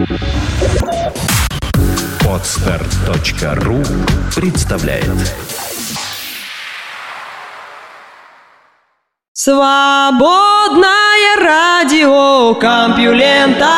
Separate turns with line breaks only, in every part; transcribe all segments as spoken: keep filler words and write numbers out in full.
Подстер точка ру представляет.
Свободное радио Компьюлента.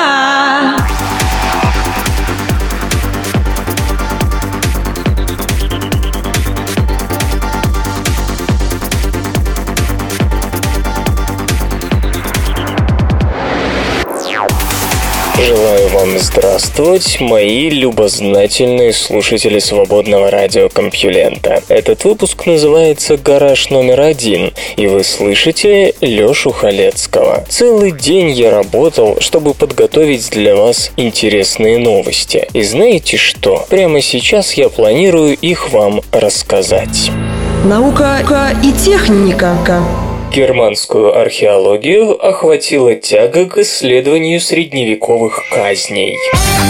Желаю вам здравствовать, мои любознательные слушатели свободного радио Компьюлента. Этот выпуск называется «Гараж номер один», и вы слышите Лёшу Халецкого. Целый день я работал, чтобы подготовить для вас интересные новости. И знаете что? Прямо сейчас я планирую их вам рассказать.
Наука и техника.
Германскую археологию охватила тяга к исследованию средневековых казней.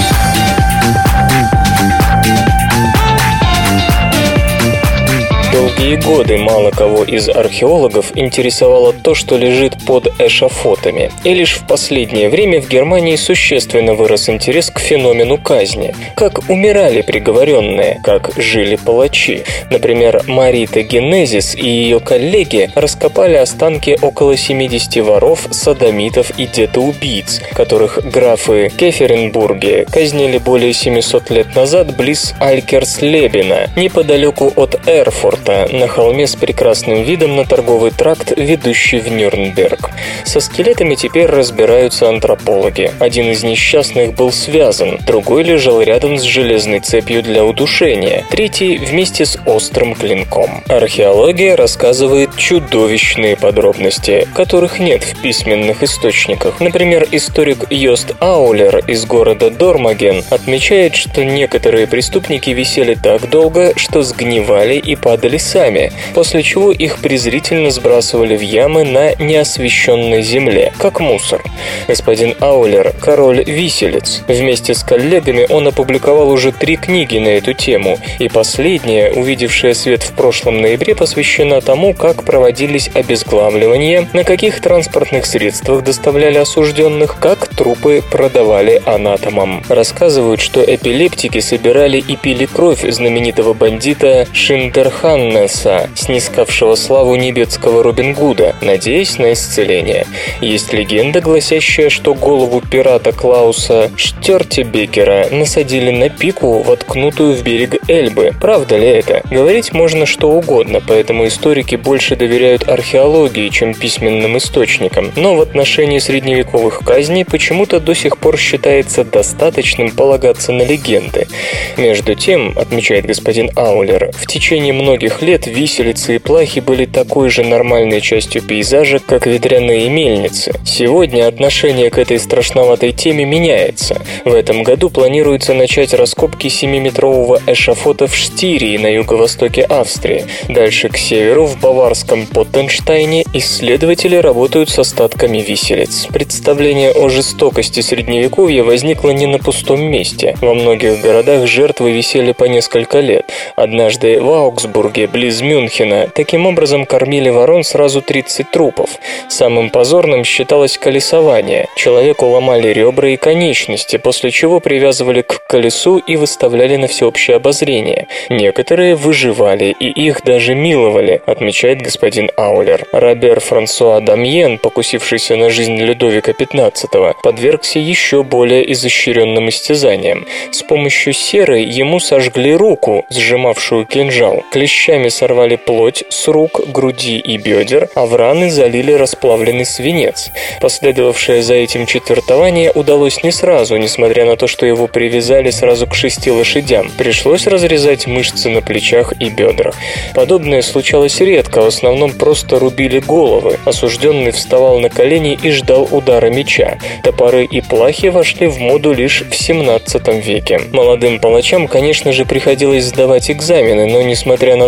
Долгие годы мало кого из археологов интересовало то, что лежит под эшафотами. И лишь в последнее время в Германии существенно вырос интерес к феномену казни. Как умирали приговоренные, как жили палачи. Например, Марита Генезис и ее коллеги раскопали останки около семидесяти воров, содомитов и детоубийц, которых графы Кеференбурге казнили более семисот лет назад близ Алькерслебена, неподалеку от Эрфурта, на холме с прекрасным видом на торговый тракт, ведущий в Нюрнберг. Со скелетами теперь разбираются антропологи. Один из несчастных был связан, другой лежал рядом с железной цепью для удушения, третий вместе с острым клинком. Археология рассказывает чудовищные подробности, которых нет в письменных источниках. Например, историк Йост Аулер из города Дормаген отмечает, что некоторые преступники висели так долго, что сгнивали и падали сами, после чего их презрительно сбрасывали в ямы на неосвещенной земле, как мусор. Господин Аулер – король-виселец. Вместе с коллегами он опубликовал уже три книги на эту тему, и последняя, увидевшая свет в прошлом ноябре, посвящена тому, как проводились обезглавливания, на каких транспортных средствах доставляли осужденных, как трупы продавали анатомам. Рассказывают, что эпилептики собирали и пили кровь знаменитого бандита Шиндерханнеса, снискавшего славу небецкого Робин Гуда, надеясь на исцеление. Есть легенда, гласящая, что голову пирата Клауса Штёртебекера насадили на пику, воткнутую в берег Эльбы. Правда ли это? Говорить можно что угодно, поэтому историки больше доверяют археологии, чем письменным источникам. Но в отношении средневековых казней почему-то до сих пор считается достаточным полагаться на легенды. Между тем, отмечает господин Аулер, в течение многих лет виселицы и плахи были такой же нормальной частью пейзажа, как ветряные мельницы. Сегодня отношение к этой страшноватой теме меняется. В этом году планируется начать раскопки семиметрового эшафота в Штирии на юго-востоке Австрии. Дальше к северу, в баварском Поттенштайне, исследователи работают с остатками виселиц. Представление о жестокости Средневековья возникло не на пустом месте. Во многих городах жертвы висели по несколько лет. Однажды в Аугсбурге, близ Мюнхена, таким образом кормили ворон сразу тридцать трупов. Самым позорным считалось колесование. Человеку ломали ребра и конечности, после чего привязывали к колесу и выставляли на всеобщее обозрение. Некоторые выживали, и их даже миловали, отмечает господин Аулер. Робер Франсуа Дамьен, покусившийся на жизнь Людовика пятнадцатого, подвергся еще более изощренным истязаниям. С помощью серы ему сожгли руку, сжимавшую кинжал. Клещами сорвали плоть с рук, груди и бедер, а в раны залили расплавленный свинец. Последовавшее за этим четвертование удалось не сразу, несмотря на то, что его привязали сразу к шести лошадям. Пришлось разрезать мышцы на плечах и бедрах. Подобное случалось редко, в основном просто рубили головы. Осужденный вставал на колени и ждал удара меча. Топоры и плахи вошли в моду лишь в семнадцатом веке. Молодым палачам, конечно же, приходилось сдавать экзамены, но, несмотря на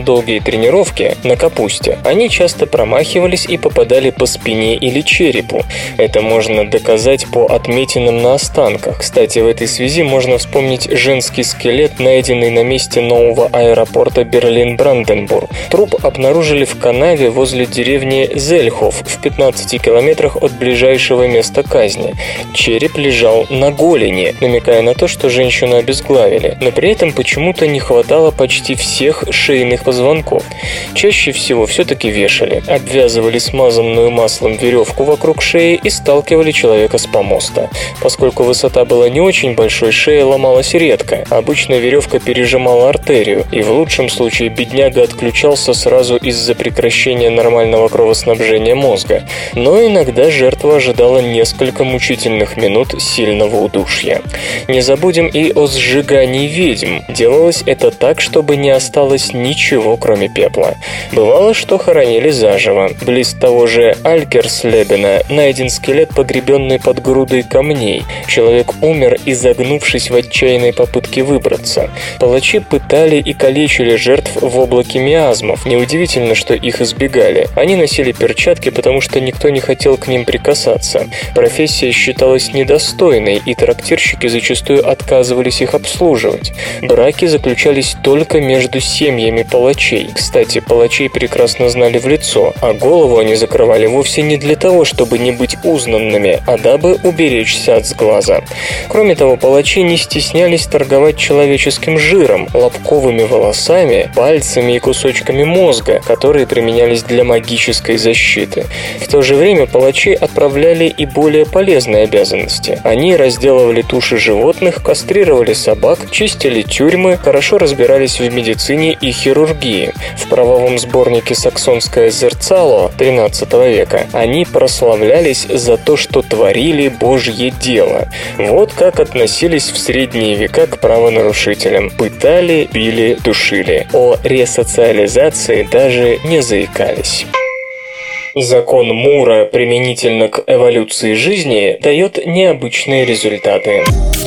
долгие тренировки на капусте, они часто промахивались и попадали по спине или черепу. Это можно доказать по отметинам на останках. Кстати, в этой связи можно вспомнить женский скелет, найденный на месте нового аэропорта Берлин-Бранденбург. Труп обнаружили в канаве возле деревни Зельхоф в пятнадцати километрах от ближайшего места казни. Череп лежал на голени, намекая на то, что женщину обезглавили, но при этом почему-то не хватало почти всех шейных позвонков. Чаще всего все-таки вешали, обвязывали смазанную маслом веревку вокруг шеи и сталкивали человека с помоста. Поскольку высота была не очень большой, шея ломалась редко. Обычно веревка пережимала артерию, и в лучшем случае бедняга отключался сразу из-за прекращения нормального кровоснабжения мозга. Но иногда жертва ожидала несколько мучительных минут сильного удушья. Не забудем и о сжигании ведьм. Делалось это так, чтобы не осталось ничего, кроме пепла. Бывало, что хоронили заживо. Близ того же Алькерслебена найден скелет, погребенный под грудой камней. Человек умер, изогнувшись в отчаянной попытке выбраться. Палачи пытали и калечили жертв в облаке миазмов. Неудивительно, что их избегали. Они носили перчатки, потому что никто не хотел к ним прикасаться. Профессия считалась недостойной, и трактирщики зачастую отказывались их обслуживать. Браки заключались только между семьями палачей. Кстати, палачей прекрасно знали в лицо, а голову они закрывали вовсе не для того, чтобы не быть узнанными, а дабы уберечься от сглаза. Кроме того, палачи не стеснялись торговать человеческим жиром, лобковыми волосами, пальцами и кусочками мозга, которые применялись для магической защиты. В то же время палачи отправляли и более полезные обязанности. Они разделывали туши животных, кастрировали собак, чистили тюрьмы, хорошо разбирались в медицине и хирургии. В правовом сборнике «Саксонское зерцало» тринадцатого века они прославлялись за то, что творили Божье дело. Вот как относились в средние века к правонарушителям. Пытали, били, душили. О ресоциализации даже не заикались. Закон Мура применительно к эволюции жизни дает необычные результаты.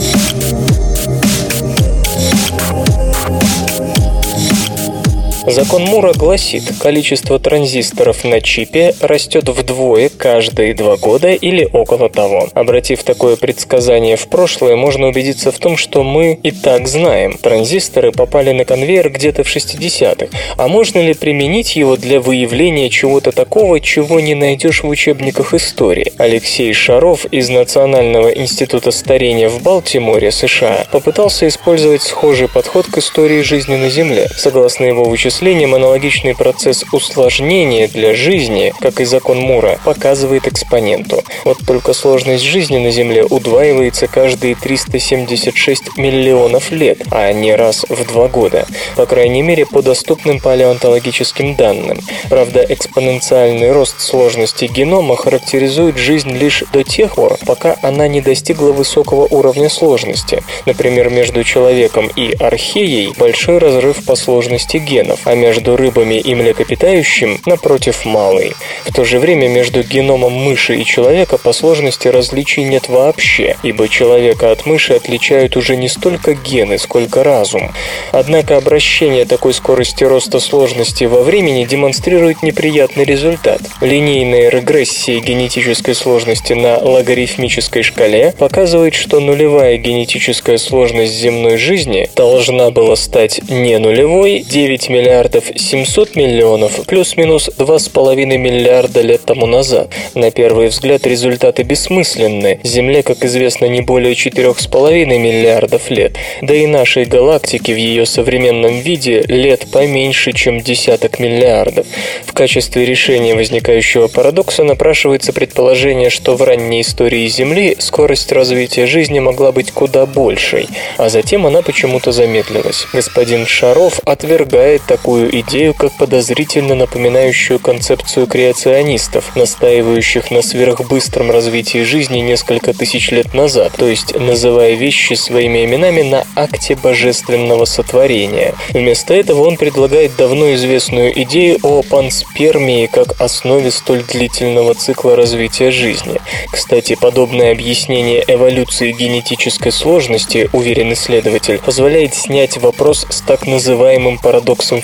Закон Мура гласит, количество транзисторов на чипе растет вдвое каждые два года или около того. Обратив такое предсказание в прошлое, можно убедиться в том, что мы и так знаем. Транзисторы попали на конвейер где-то в шестидесятых. А можно ли применить его для выявления чего-то такого, чего не найдешь в учебниках истории? Алексей Шаров из Национального института старения в Балтиморе, США, попытался использовать схожий подход к истории жизни на Земле. Согласно его вычислениям, аналогичный процесс усложнения для жизни, как и закон Мура, показывает экспоненту. Вот только сложность жизни на Земле удваивается каждые триста семьдесят шесть миллионов лет, а не раз в два года. По крайней мере, по доступным палеонтологическим данным. Правда, экспоненциальный рост сложности генома характеризует жизнь лишь до тех пор, пока она не достигла высокого уровня сложности. Например, между человеком и археей большой разрыв по сложности генов, а между рыбами и млекопитающим, напротив, малый. В то же время между геномом мыши и человека по сложности различий нет вообще, ибо человека от мыши отличают уже не столько гены, сколько разум. Однако обращение такой скорости роста сложности во времени демонстрирует неприятный результат. Линейная регрессия генетической сложности на логарифмической шкале показывает, что нулевая генетическая сложность земной жизни должна была стать не нулевой девять миллиардов семьсот миллионов плюс-минус два с половиной миллиарда лет тому назад. На первый взгляд результаты бессмысленны. Земле, как известно, не более четырех с половиной миллиардов лет. Да и нашей галактике в ее современном виде лет поменьше, чем десяток миллиардов. В качестве решения возникающего парадокса напрашивается предположение, что в ранней истории Земли скорость развития жизни могла быть куда большей, а затем она почему-то замедлилась. Господин Шаров отвергает такую идею, как подозрительно напоминающую концепцию креационистов, настаивающих на сверхбыстром развитии жизни несколько тысяч лет назад, то есть называя вещи своими именами на акте божественного сотворения. Вместо этого он предлагает давно известную идею о панспермии как основе столь длительного цикла развития жизни. Кстати, подобное объяснение эволюции генетической сложности, уверен исследователь, позволяет снять вопрос с так называемым парадоксом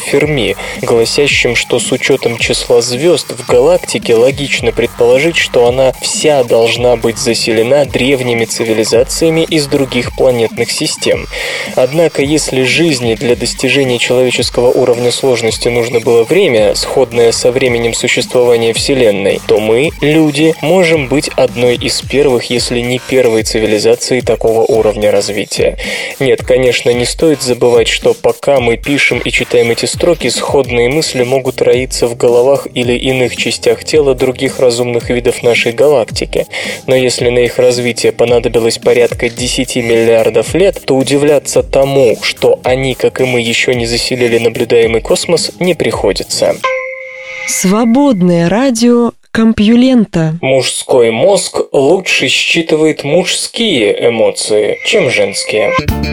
Ферми, гласящим, что с учетом числа звезд в галактике логично предположить, что она вся должна быть заселена древними цивилизациями из других планетных систем. Однако, если жизни для достижения человеческого уровня сложности нужно было время, сходное со временем существования Вселенной, то мы, люди, можем быть одной из первых, если не первой цивилизацией такого уровня развития. Нет, конечно, не стоит забывать, что пока мы пишем и читаем эти строки, сходные мысли могут роиться в головах или иных частях тела других разумных видов нашей галактики. Но если на их развитие понадобилось порядка десять миллиардов лет, то удивляться тому, что они, как и мы, еще не заселили наблюдаемый космос, не приходится.
Свободное радио Компьюлента.
Мужской мозг лучше считывает мужские эмоции, чем женские.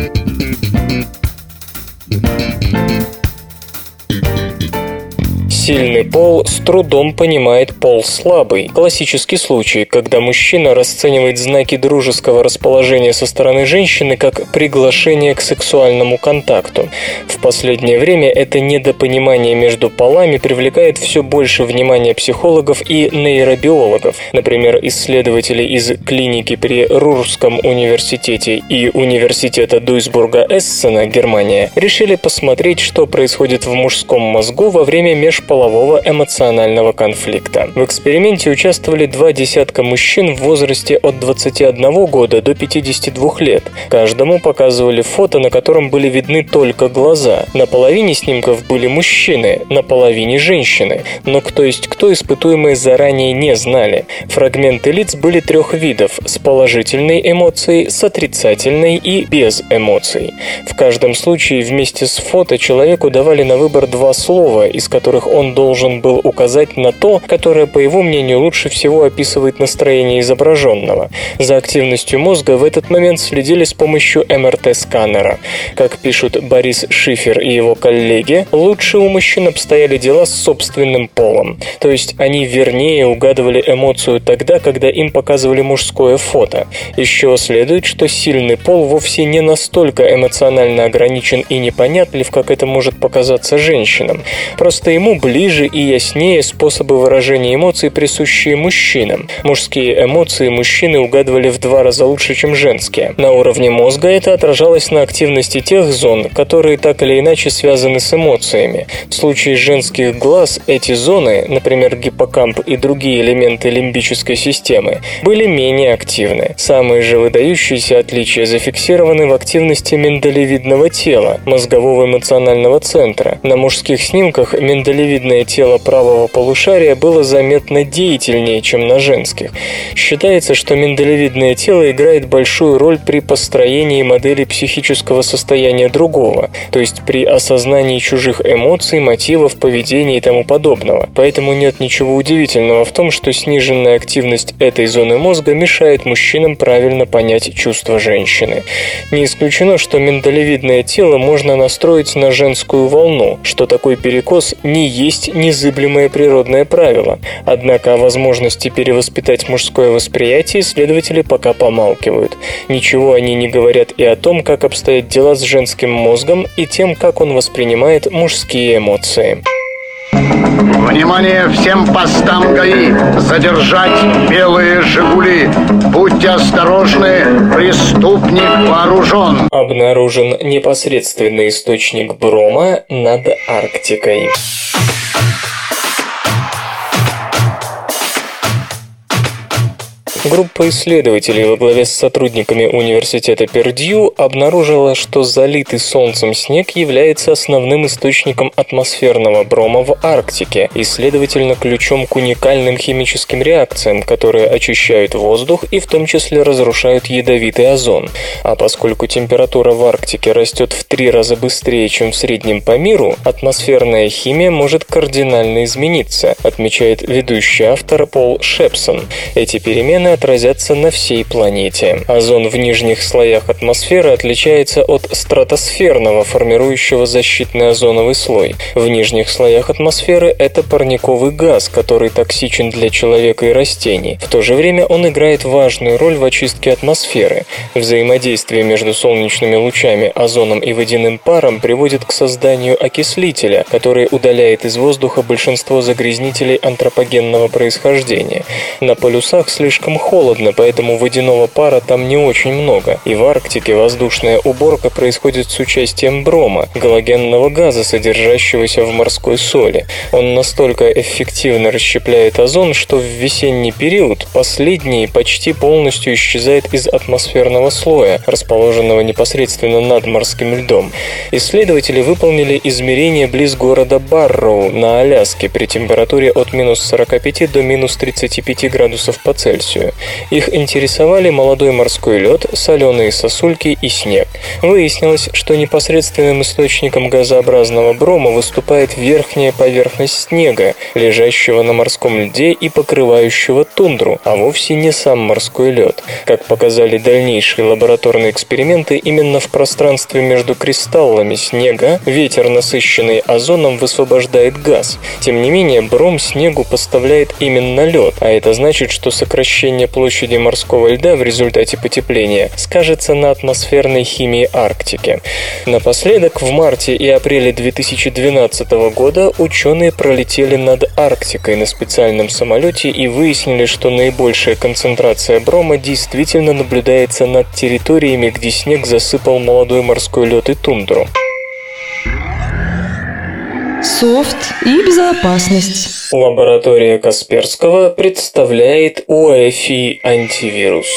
Сильный пол с трудом понимает пол слабый. Классический случай, когда мужчина расценивает знаки дружеского расположения со стороны женщины как приглашение к сексуальному контакту. В последнее время это недопонимание между полами привлекает все больше внимания психологов и нейробиологов. Например, исследователи из клиники при Рурском университете и университета Дуйсбурга-Эссена, Германия, решили посмотреть, что происходит в мужском мозгу во время межполового полового эмоционального конфликта. В эксперименте участвовали два десятка мужчин в возрасте от двадцати одного года до пятидесяти двух лет. Каждому показывали фото, на котором были видны только глаза. На половине снимков были мужчины, на половине женщины. Но кто есть кто, испытуемые заранее не знали. Фрагменты лиц были трех видов: с положительной эмоцией, с отрицательной и без эмоций. В каждом случае вместе с фото человеку давали на выбор два слова, из которых он должен был указать на то, которое, по его мнению, лучше всего описывает настроение изображенного. За активностью мозга в этот момент следили с помощью эм эр тэ-сканера. Как пишут Борис Шифер и его коллеги, лучше у мужчин обстояли дела с собственным полом. То есть они вернее угадывали эмоцию тогда, когда им показывали мужское фото. Еще следует, что сильный пол вовсе не настолько эмоционально ограничен и непонятлив, как это может показаться женщинам. Просто ему ближе и яснее способы выражения эмоций, присущие мужчинам. Мужские эмоции мужчины угадывали в два раза лучше, чем женские. На уровне мозга это отражалось на активности тех зон, которые так или иначе связаны с эмоциями. В случае женских глаз эти зоны, например, гиппокамп и другие элементы лимбической системы, были менее активны. Самые же выдающиеся отличия зафиксированы в активности миндалевидного тела, мозгового эмоционального центра. На мужских снимках миндалевидное тело правого полушария было заметно деятельнее, чем на женских. Считается, что миндалевидное тело играет большую роль при построении модели психического состояния другого, то есть при осознании чужих эмоций, мотивов, поведения и тому подобного. Поэтому нет ничего удивительного в том, что сниженная активность этой зоны мозга мешает мужчинам правильно понять чувства женщины. Не исключено, что миндалевидное тело можно настроить на женскую волну, что такой перекос не есть незыблемое природное правило. Однако о возможности перевоспитать мужское восприятие исследователи пока помалкивают. Ничего они не говорят и о том, как обстоят дела с женским мозгом и тем, как он воспринимает мужские эмоции.
Внимание всем постам ГАИ! Задержать белые «Жигули». Будьте осторожны, преступник вооружен.
Обнаружен непосредственный источник брома над Арктикой. Группа исследователей во главе с сотрудниками университета Пердью обнаружила, что залитый солнцем снег является основным источником атмосферного брома в Арктике и, следовательно, ключом к уникальным химическим реакциям, которые очищают воздух и в том числе разрушают ядовитый озон. А поскольку температура в Арктике растет в три раза быстрее, чем в среднем по миру, атмосферная химия может кардинально измениться, отмечает ведущий автор Пол Шепсон. Эти перемены отразятся на всей планете. Озон в нижних слоях атмосферы отличается от стратосферного, формирующего защитный озоновый слой. В нижних слоях атмосферы это парниковый газ, который токсичен для человека и растений. В то же время он играет важную роль в очистке атмосферы. Взаимодействие между солнечными лучами, озоном и водяным паром приводит к созданию окислителя, который удаляет из воздуха большинство загрязнителей антропогенного происхождения. На полюсах слишком холодно, поэтому водяного пара там не очень много. И в Арктике воздушная уборка происходит с участием брома, галогенного газа, содержащегося в морской соли. Он настолько эффективно расщепляет озон, что в весенний период последний почти полностью исчезает из атмосферного слоя, расположенного непосредственно над морским льдом. Исследователи выполнили измерения близ города Барроу на Аляске при температуре от минус сорока пяти до минус тридцати пяти градусов по Цельсию. Их интересовали молодой морской лед, соленые сосульки и снег. Выяснилось, что непосредственным источником газообразного брома выступает верхняя поверхность снега, лежащего на морском льде и покрывающего тундру, а вовсе не сам морской лед. Как показали дальнейшие лабораторные эксперименты, именно в пространстве между кристаллами снега ветер, насыщенный озоном, высвобождает газ. Тем не менее, бром снегу поставляет именно лед, а это значит, что сокращение площади морского льда в результате потепления скажется на атмосферной химии Арктики. Напоследок, в марте и апреле две тысячи двенадцатого года ученые пролетели над Арктикой на специальном самолете и выяснили, что наибольшая концентрация брома действительно наблюдается над территориями, где снег засыпал молодой морской лед и тундру.
Софт и безопасность.
Лаборатория Касперского представляет УЭФИ антивирус.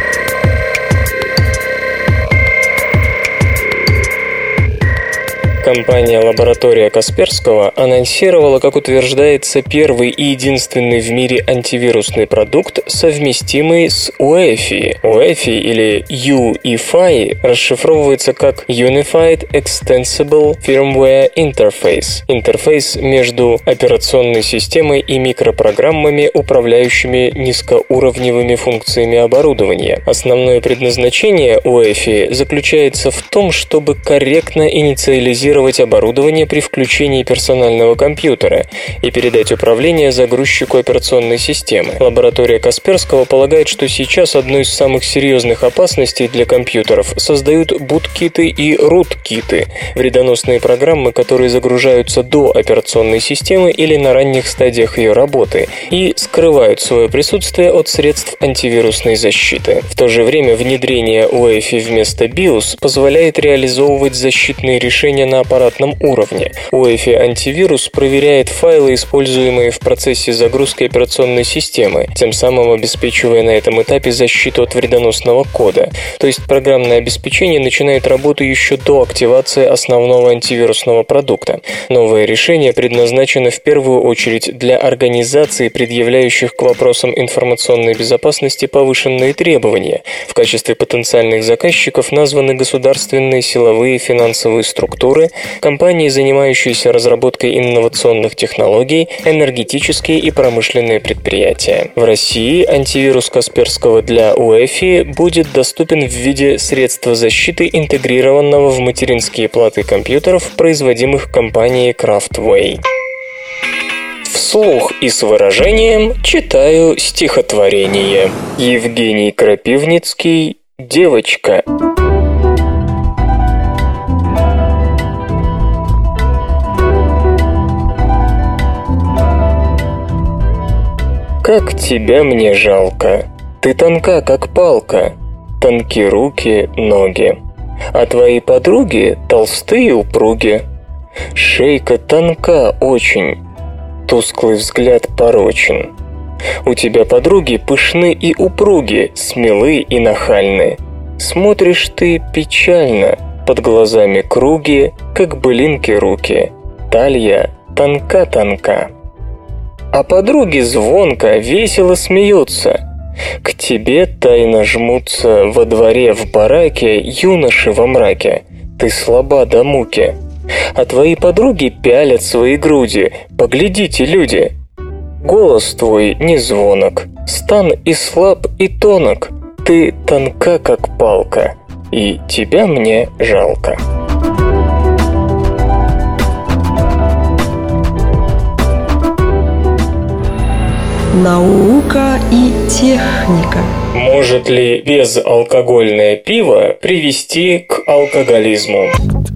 Компания «Лаборатория Касперского» анонсировала, как утверждается, первый и единственный в мире антивирусный продукт, совместимый с УЭФИ. УЭФИ или ю и эф ай расшифровывается как Unified Extensible Firmware Interface – интерфейс между операционной системой и микропрограммами, управляющими низкоуровневыми функциями оборудования. Основное предназначение УЭФИ заключается в том, чтобы корректно инициализировать оборудование при включении персонального компьютера и передать управление загрузчику операционной системы. Лаборатория Касперского полагает, что сейчас одной из самых серьезных опасностей для компьютеров создают буткиты и руткиты – вредоносные программы, которые загружаются до операционной системы или на ранних стадиях ее работы и скрывают свое присутствие от средств антивирусной защиты. В то же время внедрение УЭФИ вместо биос позволяет реализовывать защитные решения на аппаратном уровне. УЭФИ антивирус проверяет файлы, используемые в процессе загрузки операционной системы, тем самым обеспечивая на этом этапе защиту от вредоносного кода. То есть программное обеспечение начинает работу еще до активации основного антивирусного продукта. Новое решение предназначено в первую очередь для организаций, предъявляющих к вопросам информационной безопасности повышенные требования. В качестве потенциальных заказчиков названы государственные, силовые, финансовые структуры, компании, занимающиеся разработкой инновационных технологий, энергетические и промышленные предприятия. В России антивирус Касперского для УЭФИ будет доступен в виде средства защиты, интегрированного в материнские платы компьютеров, производимых компанией Craftway. Вслух и с выражением читаю стихотворение. Евгений Крапивницкий «Девочка». Как тебя мне жалко, ты тонка, как палка, тонки руки, ноги, а твои подруги толстые упруги. Шейка тонка очень, тусклый взгляд порочен. У тебя подруги пышны и упруги, смелы и нахальны. Смотришь ты печально, под глазами круги, как былинки руки, талья тонка-тонка. А подруги звонко, весело смеются. К тебе тайно жмутся во дворе в бараке юноши во мраке. Ты слаба до муки. А твои подруги пялят свои груди. Поглядите, люди. Голос твой не звонок, Стан и слаб, и тонок, ты тонка, как палка, и тебя мне жалко.
Наука и техника.
Может ли безалкогольное пиво привести к алкоголизму?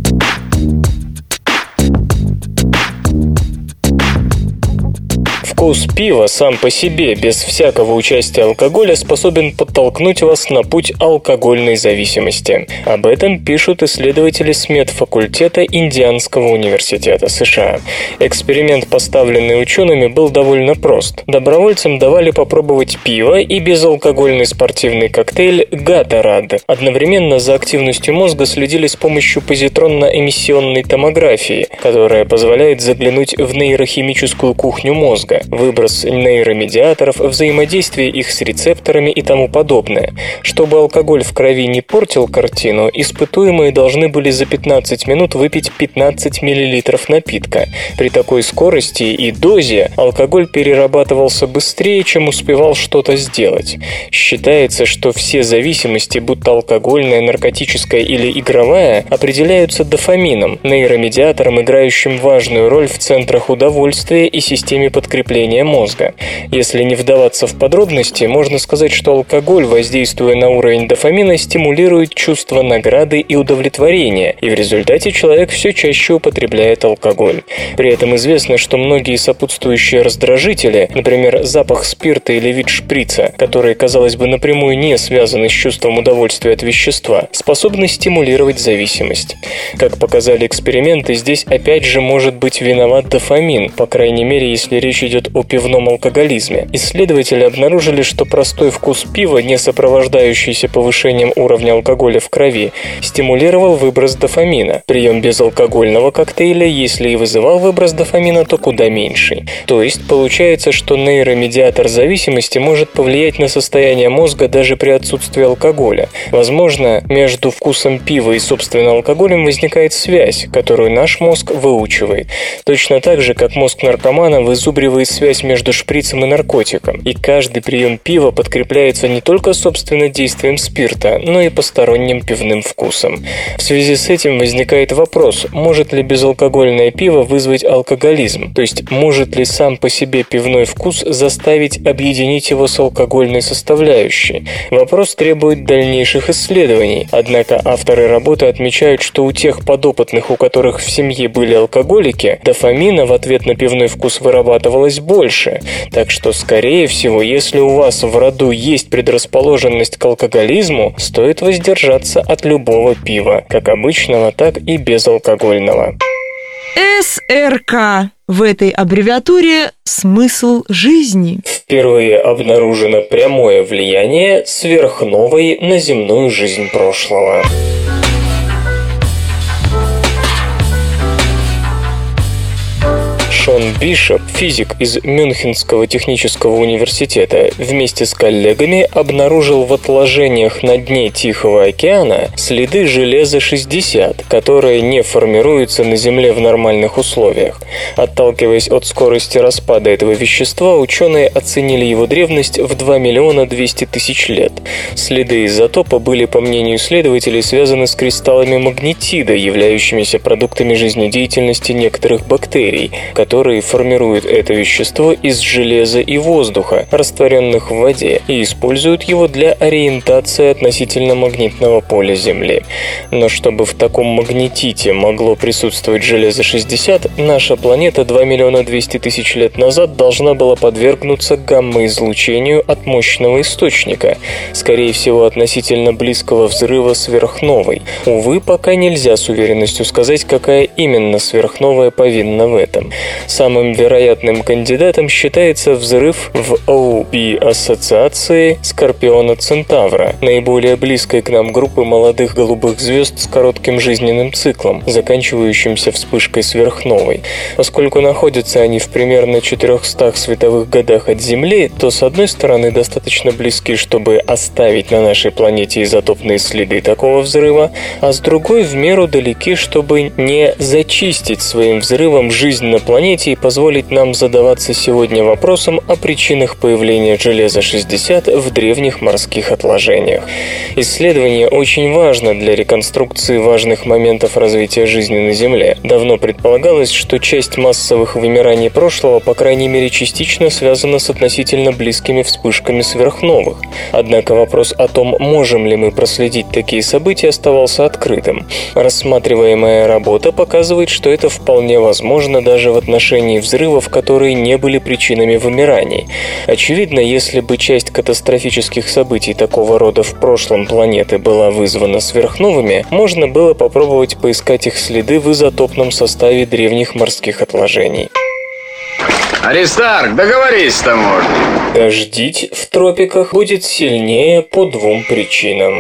Вкус пива сам по себе, без всякого участия алкоголя, способен подтолкнуть вас на путь алкогольной зависимости. Об этом пишут исследователи с медфакультета Индианского университета США. Эксперимент, поставленный учеными, был довольно прост. Добровольцам давали попробовать пиво и безалкогольный спортивный коктейль «Гатарад». Одновременно за активностью мозга следили с помощью позитронно-эмиссионной томографии, которая позволяет заглянуть в нейрохимическую кухню мозга. Выброс нейромедиаторов, взаимодействие их с рецепторами и тому подобное. Чтобы алкоголь в крови не портил картину, испытуемые должны были за пятнадцать минут выпить пятнадцать миллилитров напитка. При такой скорости и дозе алкоголь перерабатывался быстрее, чем успевал что-то сделать. Считается, что все зависимости, будто алкогольная, наркотическая или игровая, определяются дофамином, нейромедиатором, играющим важную роль в центрах удовольствия и системе подкрепления мозга. Если не вдаваться в подробности, можно сказать, что алкоголь, воздействуя на уровень дофамина, стимулирует чувство награды и удовлетворения, и в результате человек все чаще употребляет алкоголь. При этом известно, что многие сопутствующие раздражители, например, запах спирта или вид шприца, которые, казалось бы, напрямую не связаны с чувством удовольствия от вещества, способны стимулировать зависимость. Как показали эксперименты, здесь опять же может быть виноват дофамин, по крайней мере, если речь идет о пивном алкоголизме. Исследователи обнаружили, что простой вкус пива, не сопровождающийся повышением уровня алкоголя в крови, стимулировал выброс дофамина. Прием безалкогольного коктейля, если и вызывал выброс дофамина, то куда меньший. То есть получается, что нейромедиатор зависимости может повлиять на состояние мозга даже при отсутствии алкоголя. Возможно, между вкусом пива и собственно алкоголем возникает связь, которую наш мозг выучивает. Точно так же, как мозг наркомана вызубривает связь между шприцем и наркотиком. И каждый прием пива подкрепляется не только собственно действием спирта, но и посторонним пивным вкусом. В связи с этим возникает вопрос, может ли безалкогольное пиво вызвать алкоголизм? То есть, может ли сам по себе пивной вкус заставить объединить его с алкогольной составляющей? Вопрос требует дальнейших исследований. Однако авторы работы отмечают, что у тех подопытных, у которых в семье были алкоголики, дофамина в ответ на пивной вкус вырабатывалось больше. Так что, скорее всего, если у вас в роду есть предрасположенность к алкоголизму, стоит воздержаться от любого пива, как обычного, так и безалкогольного.
эс эр ка. В этой аббревиатуре смысл жизни.
Впервые обнаружено прямое влияние сверхновой на земную жизнь прошлого. Шон Бишоп, физик из Мюнхенского технического университета, вместе с коллегами обнаружил в отложениях на дне Тихого океана следы железа шестьдесят, которые не формируются на Земле в нормальных условиях. Отталкиваясь от скорости распада этого вещества, ученые оценили его древность в два миллиона двести тысяч лет. Следы изотопа были, по мнению исследователей, связаны с кристаллами магнетида, являющимися продуктами жизнедеятельности некоторых бактерий, которые которые формируют это вещество из железа и воздуха, растворенных в воде, и используют его для ориентации относительно магнитного поля Земли. Но чтобы в таком магнетите могло присутствовать железо шестьдесят, наша планета два миллиона двести тысяч лет назад должна была подвергнуться гамма-излучению от мощного источника, скорее всего относительно близкого взрыва сверхновой. Увы, пока нельзя с уверенностью сказать, какая именно сверхновая повинна в этом. Самым вероятным кандидатом считается взрыв в О Би-ассоциации Скорпиона Центавра, наиболее близкой к нам группы молодых голубых звезд с коротким жизненным циклом, заканчивающимся вспышкой сверхновой. Поскольку находятся они в примерно четырехстах световых годах от Земли, то с одной стороны достаточно близки, чтобы оставить на нашей планете изотопные следы такого взрыва, а с другой в меру далеки, чтобы не зачистить своим взрывом жизнь на планете планете и позволить нам задаваться сегодня вопросом о причинах появления железа шестьдесят в древних морских отложениях. Исследование очень важно для реконструкции важных моментов развития жизни на Земле. Давно предполагалось, что часть массовых вымираний прошлого, по крайней мере частично, связана с относительно близкими вспышками сверхновых. Однако вопрос о том, можем ли мы проследить такие события, оставался открытым. Рассматриваемая работа показывает, что это вполне возможно даже в отношении взрывов, которые не были причинами вымираний. Очевидно, если бы часть катастрофических событий такого рода в прошлом планеты была вызвана сверхновыми, можно было попробовать поискать их следы в изотопном составе древних морских отложений.
Аристарх, договорись с таможней.
Дождить в тропиках будет сильнее по двум причинам.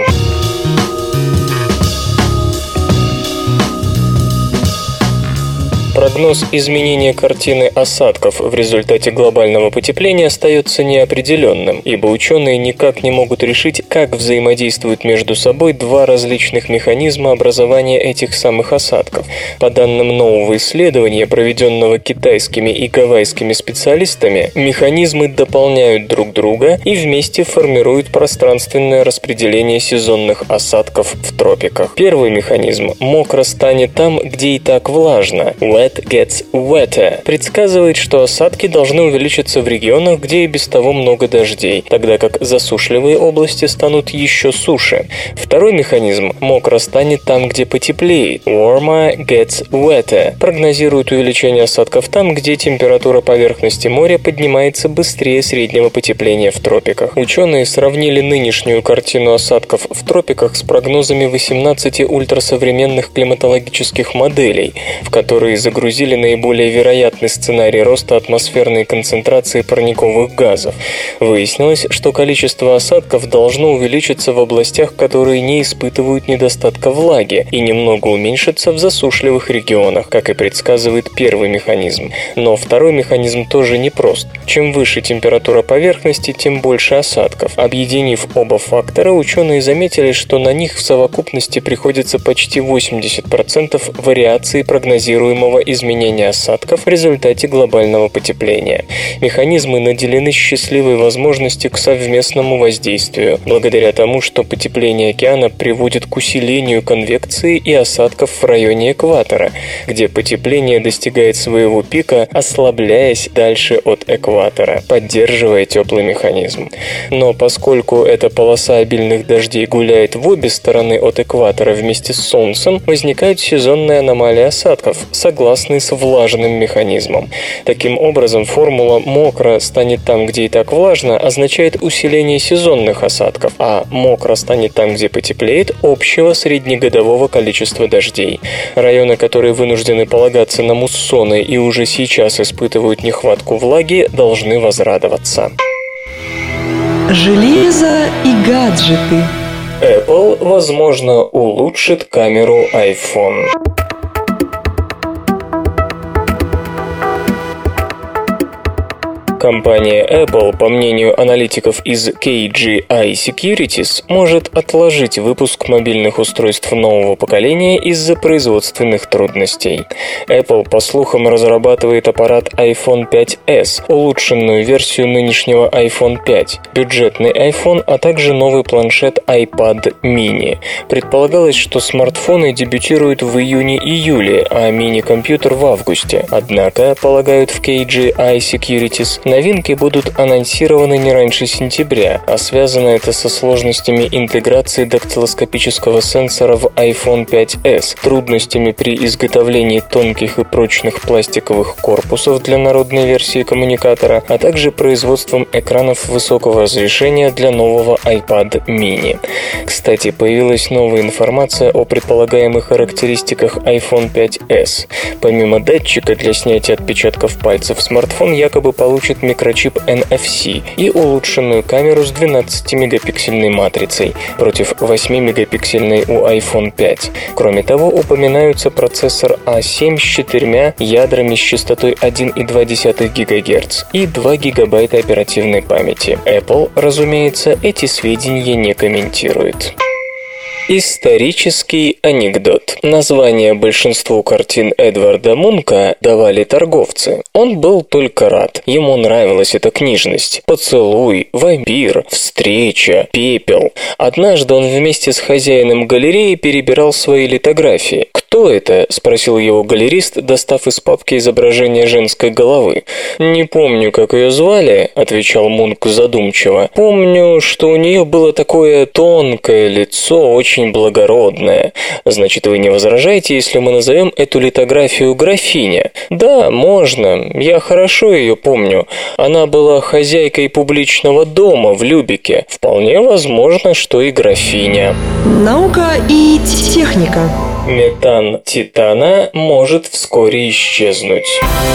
Прогноз изменения картины осадков в результате глобального потепления остается неопределенным, ибо ученые никак не могут решить, как взаимодействуют между собой два различных механизма образования этих самых осадков. По данным нового исследования, проведенного китайскими и гавайскими специалистами, механизмы дополняют друг друга и вместе формируют пространственное распределение сезонных осадков в тропиках. Первый механизм «мокро станет там, где и так влажно» gets wetter, предсказывает, что осадки должны увеличиться в регионах, где и без того много дождей, тогда как засушливые области станут еще суше. Второй механизм «мокро станет там, где потеплеет» warmer gets wetter, прогнозирует увеличение осадков там, где температура поверхности моря поднимается быстрее среднего потепления в тропиках. Ученые сравнили нынешнюю картину осадков в тропиках с прогнозами восемнадцати ультрасовременных климатологических моделей, в которые загрузили Загрузили наиболее вероятный сценарий роста атмосферной концентрации парниковых газов. Выяснилось, что количество осадков должно увеличиться в областях, которые не испытывают недостатка влаги, и немного уменьшиться в засушливых регионах, как и предсказывает первый механизм. Но второй механизм тоже непрост. Чем выше температура поверхности, тем больше осадков. Объединив оба фактора, ученые заметили, что на них в совокупности приходится почти восемьдесят процентов вариации прогнозируемого изменения осадков в результате глобального потепления. Механизмы наделены счастливой возможностью к совместному воздействию, благодаря тому, что потепление океана приводит к усилению конвекции и осадков в районе экватора, где потепление достигает своего пика, ослабляясь дальше от экватора, поддерживая теплый механизм. Но поскольку эта полоса обильных дождей гуляет в обе стороны от экватора вместе с Солнцем, возникают сезонные аномалии осадков, согласно с влажным механизмом. Таким образом, формула «мокро станет там, где и так влажно» означает усиление сезонных осадков, а «мокро станет там, где потеплеет» – общего среднегодового количества дождей. Районы, которые вынуждены полагаться на муссоны и уже сейчас испытывают нехватку влаги, должны возрадоваться.
Железо и гаджеты.
Apple, возможно, улучшит камеру iPhone. Компания Apple, по мнению аналитиков из кей джи ай Securities, может отложить выпуск мобильных устройств нового поколения из-за производственных трудностей. Apple, по слухам, разрабатывает аппарат iPhone пять эс, улучшенную версию нынешнего iPhone пять, бюджетный iPhone, а также новый планшет iPad mini. Предполагалось, что смартфоны дебютируют в июне-июле, а мини-компьютер в августе. Однако, полагают в кей джи ай Securities, новинки будут анонсированы не раньше сентября, а связано это со сложностями интеграции дактилоскопического сенсора в iPhone пять эс, трудностями при изготовлении тонких и прочных пластиковых корпусов для народной версии коммуникатора, а также производством экранов высокого разрешения для нового iPad mini. Кстати, появилась новая информация о предполагаемых характеристиках iPhone пять эс. Помимо датчика для снятия отпечатков пальцев, смартфон якобы получит микрочип эн эф си и улучшенную камеру с двенадцатимегапиксельной матрицей против восьмимегапиксельной у iPhone пять. Кроме того, упоминаются процессор а семь с четырьмя ядрами с частотой один и два десятых гигагерца и два гигабайта оперативной памяти. Apple, разумеется, эти сведения не комментирует. Исторический анекдот. Название большинству картин Эдварда Мунка давали торговцы. Он был только рад. Ему нравилась эта книжность. Поцелуй, вампир, встреча, пепел. Однажды он вместе с хозяином галереи перебирал свои литографии. «Кто это?» – спросил его галерист, достав из папки изображение женской головы. «Не помню, как ее звали», – отвечал Мунк задумчиво. «Помню, что у нее было такое тонкое лицо, очень благородное. Значит, вы не возражаете, если мы назовем эту литографию «Графиня»?» «Да, можно. Я хорошо ее помню. Она была хозяйкой публичного дома в Любеке. Вполне возможно, что и графиня».
Наука и техника.
Метан титана может вскоре исчезнуть.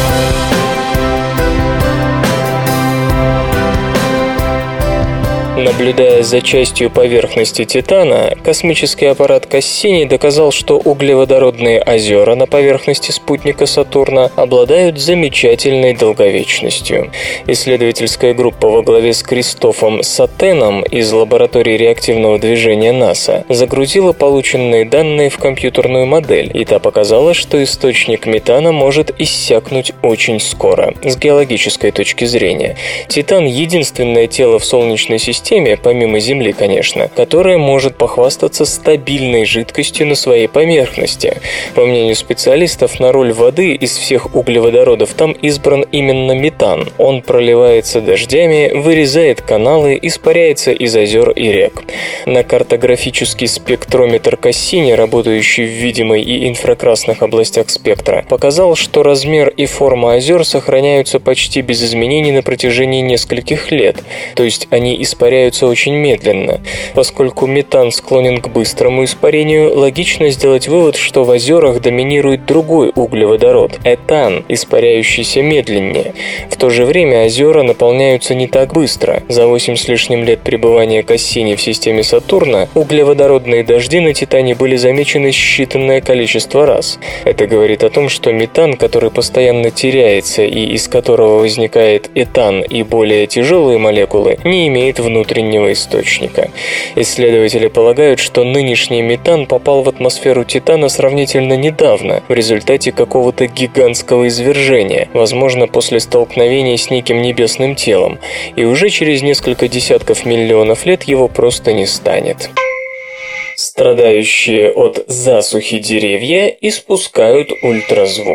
Наблюдая за частью поверхности Титана, космический аппарат Кассини доказал, что углеводородные озера на поверхности спутника Сатурна обладают замечательной долговечностью. Исследовательская группа во главе с Кристофом Сатеном из лаборатории реактивного движения НАСА загрузила полученные данные в компьютерную модель, и та показала, что источник метана может иссякнуть очень скоро, с геологической точки зрения. Титан – единственное тело в Солнечной системе, помимо Земли, конечно, которая может похвастаться стабильной жидкостью на своей поверхности. По мнению специалистов, на роль воды из всех углеводородов там избран именно метан. Он проливается дождями, вырезает каналы, испаряется из озер и рек. На картографический спектрометр Кассини, работающий в видимой и инфракрасных областях спектра, показал, что размер и форма озер сохраняются почти без изменений на протяжении нескольких лет, то есть они испаряются очень медленно. Поскольку метан склонен к быстрому испарению, логично сделать вывод, что в озерах доминирует другой углеводород – этан, испаряющийся медленнее. В то же время озера наполняются не так быстро. За восемь с лишним лет пребывания Кассини в системе Сатурна углеводородные дожди на Титане были замечены считанное количество раз. Это говорит о том, что метан, который постоянно теряется и из которого возникает этан и более тяжелые молекулы, не имеет внутреннего внутреннего источника. Исследователи полагают, что нынешний метан попал в атмосферу Титана сравнительно недавно, в результате какого-то гигантского извержения, возможно, после столкновения с неким небесным телом, и уже через несколько десятков миллионов лет его просто не станет. Страдающие от засухи деревья испускают ультразвук.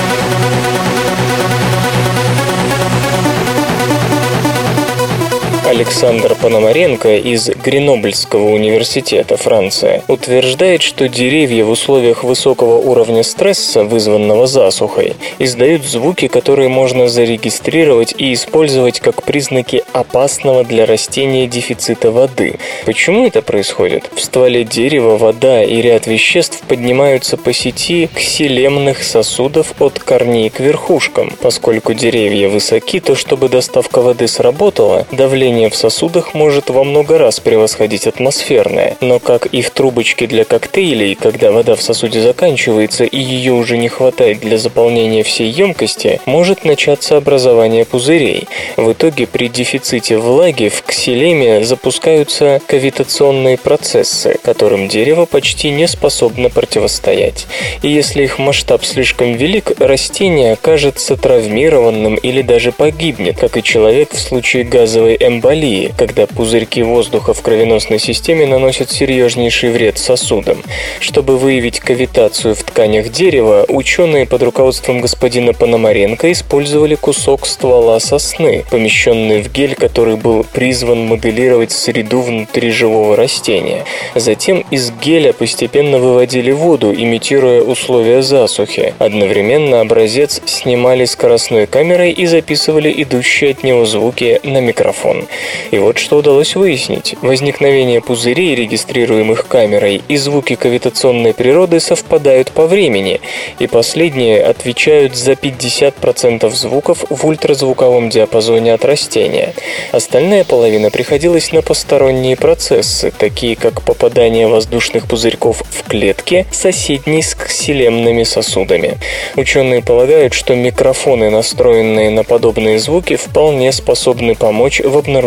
Александр Пономаренко из Гренобльского университета, Франция, утверждает, что деревья в условиях высокого уровня стресса, вызванного засухой, издают звуки, которые можно зарегистрировать и использовать как признаки опасного для растения дефицита воды. Почему это происходит? В стволе дерева вода и ряд веществ поднимаются по сети ксилемных сосудов от корней к верхушкам. Поскольку деревья высоки, то чтобы доставка воды сработала, давление в сосудах может во много раз превосходить атмосферное, но как и в трубочке для коктейлей, когда вода в сосуде заканчивается и ее уже не хватает для заполнения всей емкости, может начаться образование пузырей. В итоге при дефиците влаги в ксилеме запускаются кавитационные процессы, которым дерево почти не способно противостоять. И если их масштаб слишком велик, растение окажется травмированным или даже погибнет, как и человек в случае газовой эмболии, когда пузырьки воздуха в кровеносной системе наносят серьезнейший вред сосудам. Чтобы выявить кавитацию в тканях дерева, ученые под руководством господина Пономаренко использовали кусок ствола сосны, помещенный в гель, который был призван моделировать среду внутри живого растения. Затем из геля постепенно выводили воду, имитируя условия засухи. Одновременно образец снимали скоростной камерой и записывали идущие от него звуки на микрофон. И вот что удалось выяснить. Возникновение пузырей, регистрируемых камерой, и звуки кавитационной природы совпадают по времени, и последние отвечают за пятьдесят процентов звуков в ультразвуковом диапазоне от растения. Остальная половина приходилась на посторонние процессы, такие как попадание воздушных пузырьков в клетки, соседние с ксилемными сосудами. Ученые полагают, что микрофоны, настроенные на подобные звуки, вполне способны помочь в обнаружении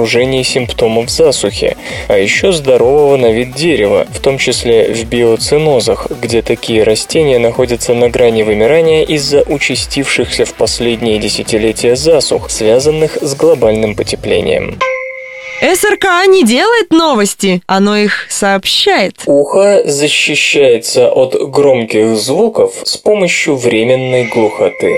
обнаружении симптомов засухи, а еще здорового на вид дерева, в том числе в биоценозах, где такие растения находятся на грани вымирания из-за участившихся в последние десятилетия засух, связанных с глобальным потеплением.
СРК не делает новости, оно их сообщает.
Ухо защищается от громких звуков с помощью временной глухоты.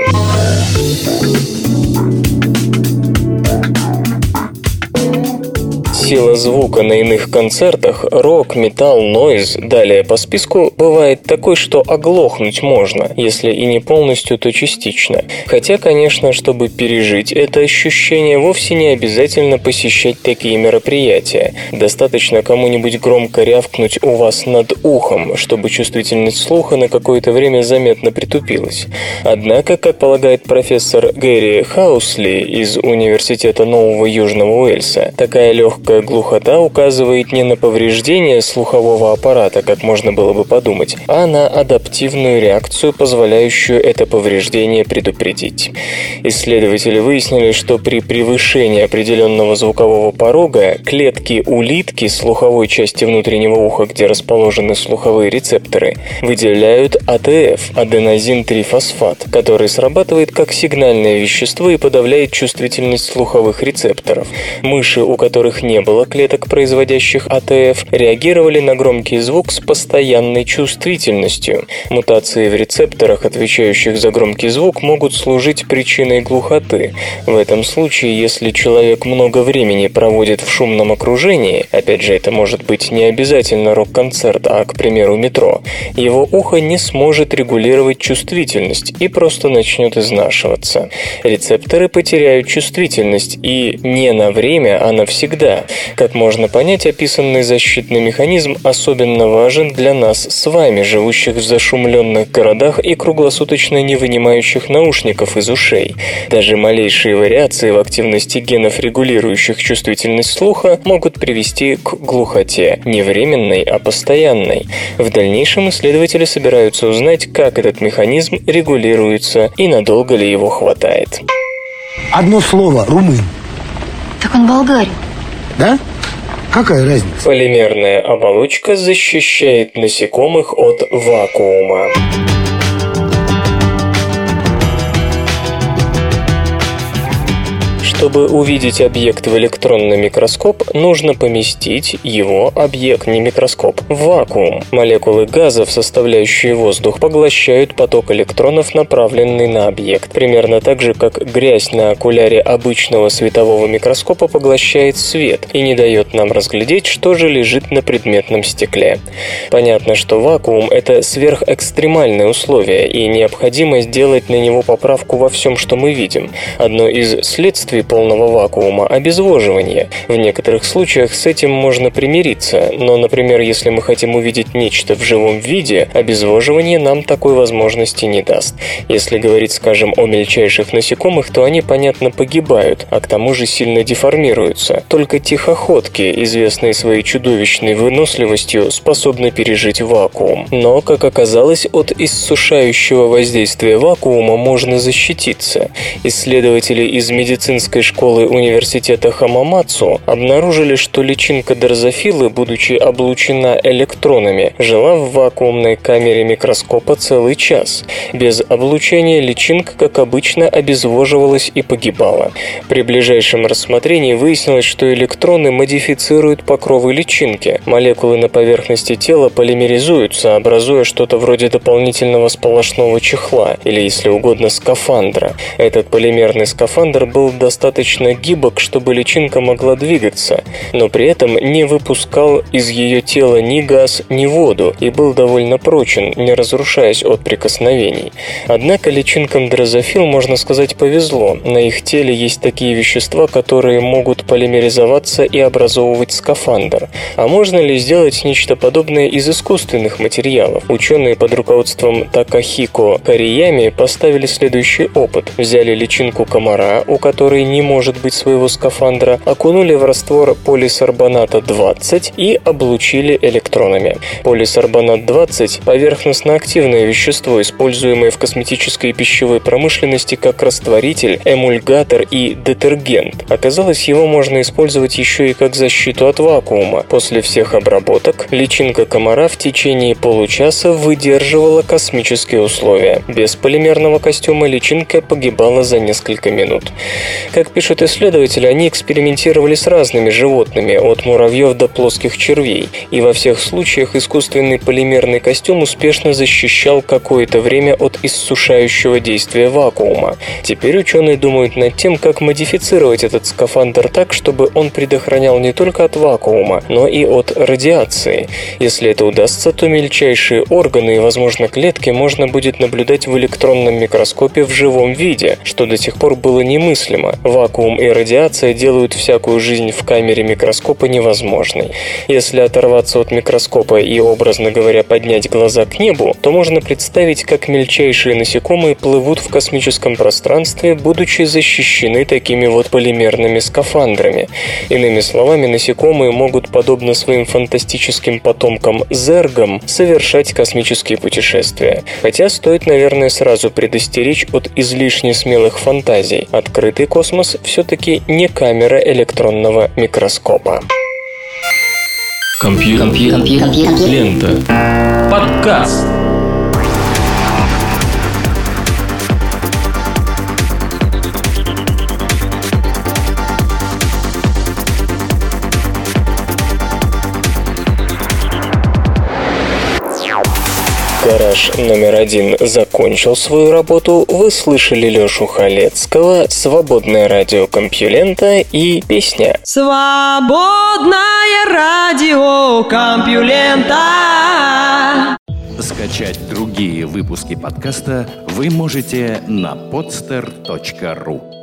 Сила звука на иных концертах, рок, металл, нойз, далее по списку, бывает такой, что оглохнуть можно, если и не полностью, то частично. Хотя, конечно, чтобы пережить это ощущение, вовсе не обязательно посещать такие мероприятия. Достаточно кому-нибудь громко рявкнуть у вас над ухом, чтобы чувствительность слуха на какое-то время заметно притупилась. Однако, как полагает профессор Гэри Хаусли из Университета Нового Южного Уэльса, такая легкая глухота указывает не на повреждение слухового аппарата, как можно было бы подумать, а на адаптивную реакцию, позволяющую это повреждение предупредить. Исследователи выяснили, что при превышении определенного звукового порога клетки улитки слуховой части внутреннего уха, где расположены слуховые рецепторы, выделяют А Т Ф – аденозин-трифосфат, который срабатывает как сигнальное вещество и подавляет чувствительность слуховых рецепторов. Мыши, у которых не было клеток, производящих А Т Ф, реагировали на громкий звук с постоянной чувствительностью. Мутации в рецепторах, отвечающих за громкий звук, могут служить причиной глухоты. В этом случае, если человек много времени проводит в шумном окружении, опять же, это может быть не обязательно рок-концерт, а, к примеру, метро, его ухо не сможет регулировать чувствительность и просто начнет изнашиваться. Рецепторы потеряют чувствительность, и не на время, а навсегда. Как можно понять, описанный защитный механизм особенно важен для нас с вами, живущих в зашумленных городах и круглосуточно не вынимающих наушников из ушей. Даже малейшие вариации в активности генов, регулирующих чувствительность слуха, могут привести к глухоте, не временной, а постоянной. В дальнейшем исследователи собираются узнать, как этот механизм регулируется и надолго ли его хватает.
Одно слово – румын.
Так он болгарин.
Да? Какая разница?
Полимерная оболочка защищает насекомых от вакуума. Чтобы увидеть объект в электронный микроскоп, нужно поместить его, объект, не микроскоп, в вакуум. Молекулы газов, составляющие воздух, поглощают поток электронов, направленный на объект. Примерно так же, как грязь на окуляре обычного светового микроскопа поглощает свет и не дает нам разглядеть, что же лежит на предметном стекле. Понятно, что вакуум – это сверхэкстремальное условие, и необходимо сделать на него поправку во всем, что мы видим. Одно из следствий полного вакуума – обезвоживание. В некоторых случаях с этим можно примириться, но, например, если мы хотим увидеть нечто в живом виде, обезвоживание нам такой возможности не даст. Если говорить, скажем, о мельчайших насекомых, то они, понятно, погибают, а к тому же сильно деформируются. Только тихоходки, известные своей чудовищной выносливостью, способны пережить вакуум. Но, как оказалось, от иссушающего воздействия вакуума можно защититься. Исследователи из медицинской школы университета Хамамацу обнаружили, что личинка дрозофилы, будучи облучена электронами, жила в вакуумной камере микроскопа целый час. Без облучения личинка, как обычно, обезвоживалась и погибала. При ближайшем рассмотрении выяснилось, что электроны модифицируют покровы личинки. Молекулы на поверхности тела полимеризуются, образуя что-то вроде дополнительного сполошного чехла, или, если угодно, скафандра. Этот полимерный скафандр был достаточно гибок, чтобы личинка могла двигаться, но при этом не выпускал из ее тела ни газ, ни воду и был довольно прочен, не разрушаясь от прикосновений. Однако личинкам дрозофил, можно сказать, повезло. На их теле есть такие вещества, которые могут полимеризоваться и образовывать скафандр. А можно ли сделать нечто подобное из искусственных материалов? Ученые под руководством Такахико Кариями поставили следующий опыт. Взяли личинку комара, у которой не не может быть своего скафандра, окунули в раствор полисорбоната двадцать и облучили электронами. Полисорбонат двадцать – поверхностно-активное вещество, используемое в косметической и пищевой промышленности как растворитель, эмульгатор и детергент. Оказалось, его можно использовать еще и как защиту от вакуума. После всех обработок личинка комара в течение получаса выдерживала космические условия. Без полимерного костюма личинка погибала за несколько минут. Как пишут исследователи, они экспериментировали с разными животными, от муравьев до плоских червей, и во всех случаях искусственный полимерный костюм успешно защищал какое-то время от иссушающего действия вакуума. Теперь ученые думают над тем, как модифицировать этот скафандр так, чтобы он предохранял не только от вакуума, но и от радиации. Если это удастся, то мельчайшие органы и, возможно, клетки можно будет наблюдать в электронном микроскопе в живом виде, что до сих пор было немыслимо. Вакуум и радиация делают всякую жизнь в камере микроскопа невозможной. Если оторваться от микроскопа и, образно говоря, поднять глаза к небу, то можно представить, как мельчайшие насекомые плывут в космическом пространстве, будучи защищены такими вот полимерными скафандрами. Иными словами, насекомые могут, подобно своим фантастическим потомкам зергам, совершать космические путешествия. Хотя стоит, наверное, сразу предостеречь от излишне смелых фантазий. Открытый космос все-таки не камера электронного микроскопа.
Компьютер. Компьютер. Компьютер. Лента. Подкаст.
Гараж номер один закончил свою работу. Вы слышали Лёшу Халецкого, «Свободное радио Компьюлента» и песня
Свободное радио Компьюлента.
Скачать другие выпуски подкаста вы можете на podster точка ру.